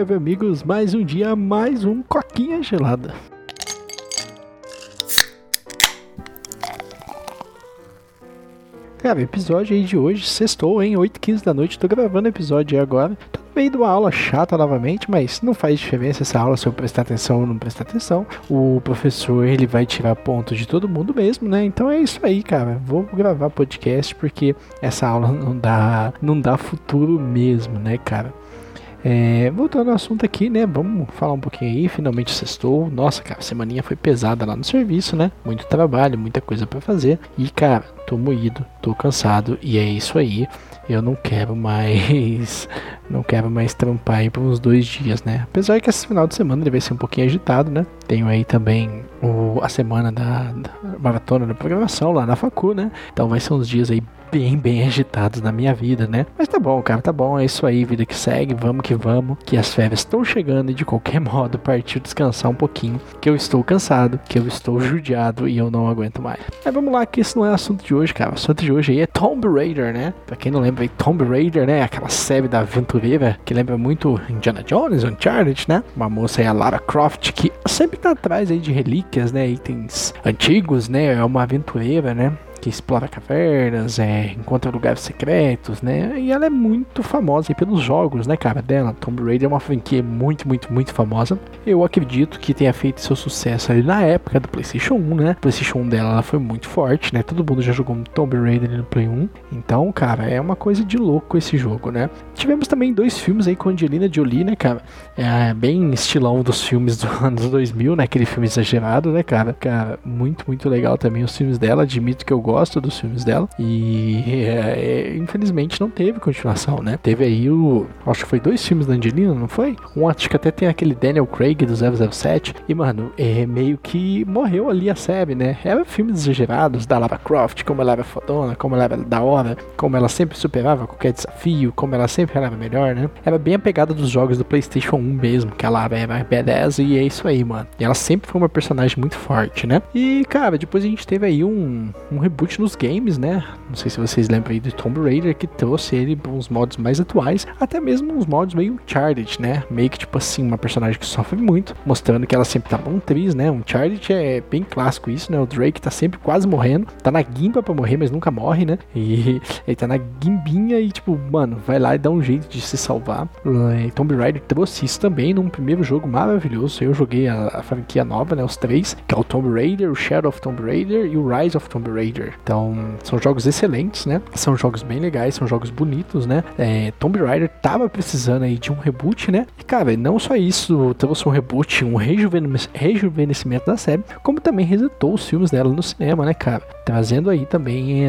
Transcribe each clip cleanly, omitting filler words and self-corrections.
Salve amigos, mais um dia, mais um coquinha gelada. Cara, o episódio aí de hoje, sextou, hein, 8h15 da noite, tô gravando o episódio aí agora. Tô no meio de uma aula chata novamente, mas não faz diferença essa aula se eu prestar atenção ou não prestar atenção. O professor, ele vai tirar ponto de todo mundo mesmo, né? Então é isso aí, cara. Vou gravar podcast porque essa aula não dá futuro mesmo, né, cara? Voltando ao assunto aqui, né, vamos falar um pouquinho aí, finalmente sextou. Nossa, cara, a semaninha foi pesada lá no serviço, né, muito trabalho, muita coisa pra fazer. E, cara, tô moído, tô cansado e é isso aí. Eu não quero mais trampar aí por uns 2 dias, né. Apesar que esse final de semana ele vai ser um pouquinho agitado, né. Tenho aí também a semana da maratona da programação lá na facu, né. Então vai ser uns dias aí bem agitados na minha vida, né? Mas tá bom, cara, tá bom, é isso aí, vida que segue, vamos, que as férias estão chegando e de qualquer modo partiu descansar um pouquinho, que eu estou cansado, que eu estou judiado e eu não aguento mais. Mas vamos lá, que esse não é o assunto de hoje, cara. O assunto de hoje aí é Tomb Raider, né? Pra quem não lembra aí, Tomb Raider, né? Aquela série da aventureira que lembra muito Indiana Jones, Uncharted, né? Uma moça aí, a Lara Croft, que sempre tá atrás aí de relíquias, né? Itens antigos, né? É uma aventureira, né? Que explora cavernas, encontra lugares secretos, né? E ela é muito famosa aí pelos jogos, né, cara, dela. Tomb Raider é uma franquia muito famosa. Eu acredito que tenha feito seu sucesso ali na época do PlayStation 1, né? O PlayStation 1 dela ela foi muito forte, né? Todo mundo já jogou um Tomb Raider no Play 1. Então, cara, é uma coisa de louco esse jogo, né? Tivemos também 2 filmes aí com Angelina Jolie, né, cara? Bem estilão dos filmes dos anos 2000, né? Aquele filme exagerado, né, cara? Cara, muito legal também os filmes dela. Admito que eu gosto dos filmes dela e infelizmente não teve continuação, né? Teve aí acho que foi 2 filmes da Angelina, não foi? Acho que até tem aquele Daniel Craig do 007 e, mano, meio que morreu ali a série, né? Era filmes exagerados da Lara Croft, como ela era fodona, como ela era da hora, como ela sempre superava qualquer desafio, como ela sempre era melhor, né? Era bem a pegada dos jogos do PlayStation 1 mesmo, que a Lara era badass e é isso aí, mano. E ela sempre foi uma personagem muito forte, né? E, cara, depois a gente teve aí um reboot nos games, né? Não sei se vocês lembram aí do Tomb Raider, que trouxe ele para uns modos mais atuais, até mesmo uns modos meio Uncharted, né? Meio que tipo assim, uma personagem que sofre muito, mostrando que ela sempre tá bom atriz, né? Uncharted é bem clássico isso, né? O Drake tá sempre quase morrendo, tá na guimba pra morrer, mas nunca morre, né? E ele tá na guimbinha e tipo, mano, vai lá e dá um jeito de se salvar. Tomb Raider trouxe isso também num primeiro jogo maravilhoso. Eu joguei a franquia nova, né? Os 3, que é o Tomb Raider, o Shadow of Tomb Raider e o Rise of Tomb Raider. Então, são jogos excelentes, né? São jogos bem legais, são jogos bonitos, né? Tomb Raider tava precisando aí de um reboot, né? E, cara, não só isso, trouxe um reboot, um rejuvenescimento da série, como também resetou os filmes dela no cinema, né, cara? Trazendo aí também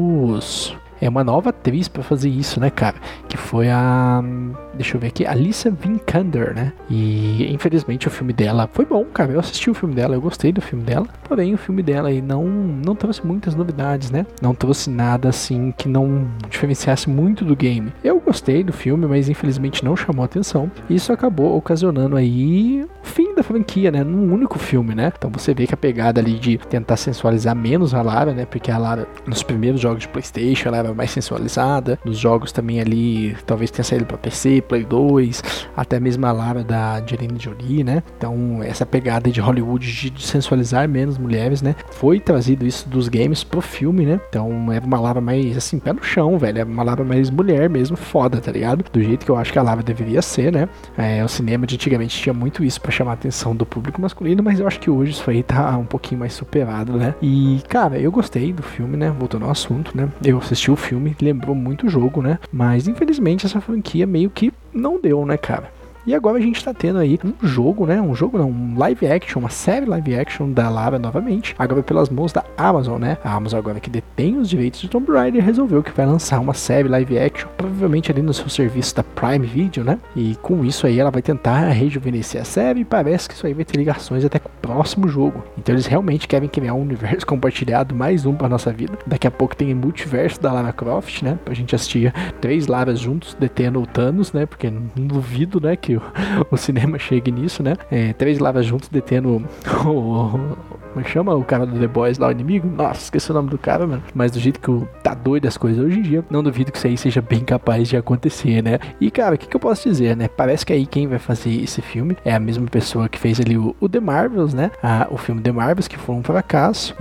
uma nova atriz pra fazer isso, né, cara? Que foi deixa eu ver aqui, Alicia Vikander, né? E infelizmente o filme dela foi bom, cara. Eu assisti o filme dela, eu gostei do filme dela. Porém, o filme dela aí não trouxe muitas novidades, né? Não trouxe nada assim que não diferenciasse muito do game. Eu gostei do filme, mas infelizmente não chamou atenção. Isso acabou ocasionando aí o fim da franquia, né? Num único filme, né? Então você vê que a pegada ali de tentar sensualizar menos a Lara, né? Porque a Lara, nos primeiros jogos de PlayStation, ela era mais sensualizada. Nos jogos também ali, talvez tenha saído pra PC, Play 2, até mesmo a Lara da Angelina Jolie, né? Então, essa pegada de Hollywood de sensualizar menos mulheres, né? Foi trazido isso dos games pro filme, né? Então, era uma Lara mais, assim, pé no chão, velho. Era uma Lara mais mulher mesmo, foda, tá ligado? Do jeito que eu acho que a Lara deveria ser, né? O cinema de antigamente tinha muito isso pra chamar a atenção do público masculino, mas eu acho que hoje isso aí tá um pouquinho mais superado, né? E, cara, eu gostei do filme, né? Voltando ao assunto, né? Eu assisti o filme, lembrou muito o jogo, né? Mas, infelizmente, essa franquia meio que não deu, né, cara? E agora a gente tá tendo aí um jogo, né? Um live action, uma série live action da Lara novamente, agora pelas mãos da Amazon, né? A Amazon agora que detém os direitos de Tomb Raider resolveu que vai lançar uma série live action, provavelmente ali no seu serviço da Prime Video, né? E com isso aí ela vai tentar rejuvenescer a série e parece que isso aí vai ter ligações até com o próximo jogo. Então eles realmente querem criar um universo compartilhado, mais um pra nossa vida. Daqui a pouco tem o multiverso da Lara Croft, né? Pra gente assistir 3 Laras juntos detendo o Thanos, né? Porque não duvido, né, que o cinema chegue nisso, né? 3 Laras juntos detendo como chama o cara do The Boys lá, o inimigo? Nossa, esqueci o nome do cara, mano. Mas do jeito que o tá doido as coisas hoje em dia, não duvido que isso aí seja bem capaz de acontecer, né? E, cara, o que eu posso dizer, né? Parece que aí quem vai fazer esse filme é a mesma pessoa que fez ali o The Marvels, né? O filme The Marvels, que foi um fracasso.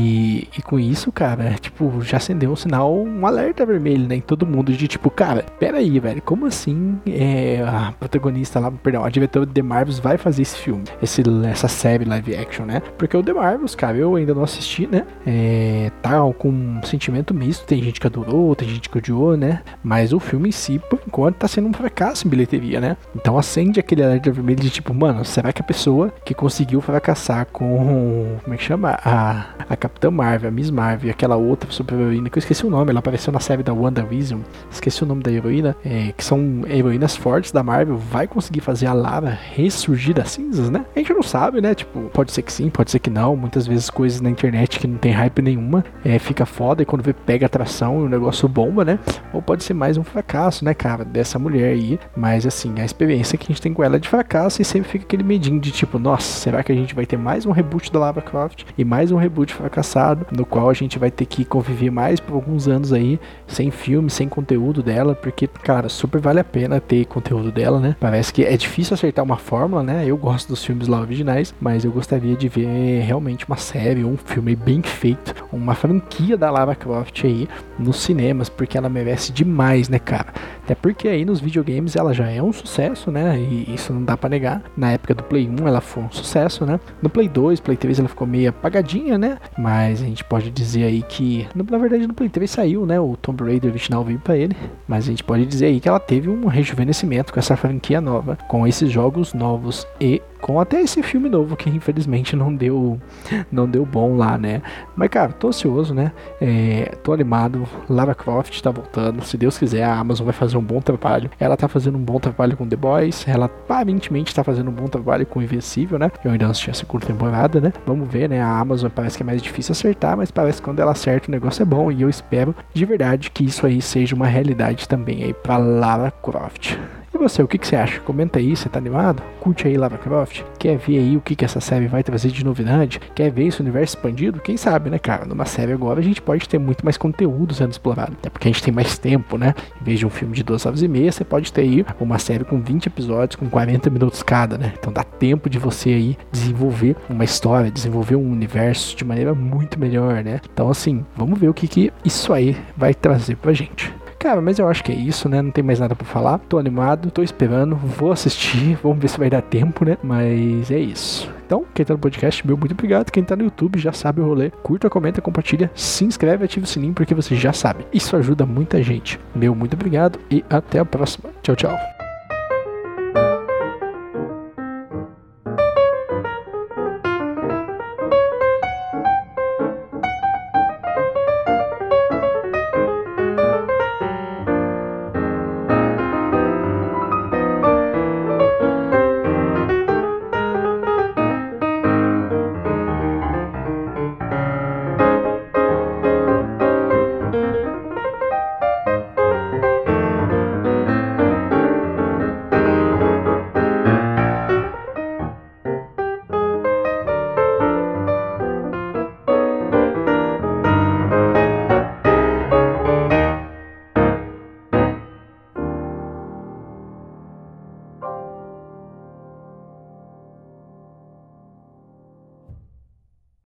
E com isso, cara, tipo, já acendeu um sinal, um alerta vermelho, né? Em todo mundo de tipo, cara, pera aí, velho, como assim a protagonista lá, perdão, a diretora de The Marvels vai fazer esse filme, essa série live action, né? Porque o The Marvels, cara, eu ainda não assisti, né? Tá com um sentimento misto, tem gente que adorou, tem gente que odiou, né? Mas o filme em si, por enquanto, tá sendo um fracasso em bilheteria, né? Então acende aquele alerta vermelho de tipo, mano, será que a pessoa que conseguiu fracassar com, como é que chama? A Capitã Marvel, a Miss Marvel, aquela outra super-heroína, que eu esqueci o nome, ela apareceu na série da WandaVision, esqueci o nome da heroína, que são heroínas fortes da Marvel, vai conseguir fazer a Lara ressurgir das cinzas, né? A gente não sabe, né? Tipo, pode ser que sim, pode ser que não, muitas vezes coisas na internet que não tem hype nenhuma, fica foda e quando vê pega atração e o negócio bomba, né? Ou pode ser mais um fracasso, né, cara, dessa mulher aí, mas assim, a experiência que a gente tem com ela é de fracasso e sempre fica aquele medinho de tipo, nossa, será que a gente vai ter mais um reboot da Lara Croft e mais um reboot fracassado, no qual a gente vai ter que conviver mais por alguns anos aí, sem filme, sem conteúdo dela, porque, cara, super vale a pena ter conteúdo dela, né? Parece que é difícil acertar uma fórmula, né? Eu gosto dos filmes lá originais, mas eu gostaria de ver realmente uma série, um filme bem feito, uma franquia da Lara Croft aí nos cinemas, porque ela merece demais, né, cara? Até porque aí nos videogames ela já é um sucesso, né? E isso não dá pra negar. Na época do Play 1 ela foi um sucesso, né? No Play 2, Play 3 ela ficou meio apagadinha, né? Mas a gente pode dizer aí que, na verdade, no Play 3 saiu, né? O Tomb Raider original veio pra ele. Mas a gente pode dizer aí que ela teve um rejuvenescimento com essa franquia nova, com esses jogos novos e com até esse filme novo que infelizmente não deu bom lá, né? Mas, cara, tô ansioso, né? Tô animado. Lara Croft tá voltando. Se Deus quiser, a Amazon vai fazer um bom trabalho. Ela tá fazendo um bom trabalho com The Boys. Ela aparentemente tá fazendo um bom trabalho com Invencível, né? Eu ainda não assisti a segunda temporada, né? Vamos ver, né? A Amazon parece que é mais difícil acertar, mas parece que quando ela acerta o negócio é bom. E eu espero de verdade que isso aí seja uma realidade também aí pra Lara Croft. E você, o que você acha? Comenta aí, você tá animado? Curte aí Lara Croft? Quer ver aí o que essa série vai trazer de novidade? Quer ver esse universo expandido? Quem sabe, né, cara? Numa série agora a gente pode ter muito mais conteúdo sendo explorado. Até porque a gente tem mais tempo, né? Em vez de um filme de 2 horas e meia, você pode ter aí uma série com 20 episódios, com 40 minutos cada, né? Então dá tempo de você aí desenvolver uma história, desenvolver um universo de maneira muito melhor, né? Então assim, vamos ver o que isso aí vai trazer pra gente. Cara, mas eu acho que é isso, né? Não tem mais nada pra falar. Tô animado, tô esperando, vou assistir, vamos ver se vai dar tempo, né? Mas é isso. Então, quem tá no podcast, meu muito obrigado. Quem tá no YouTube já sabe o rolê. Curta, comenta, compartilha, se inscreve, ativa o sininho porque você já sabe. Isso ajuda muita gente. Meu muito obrigado e até a próxima. Tchau, tchau.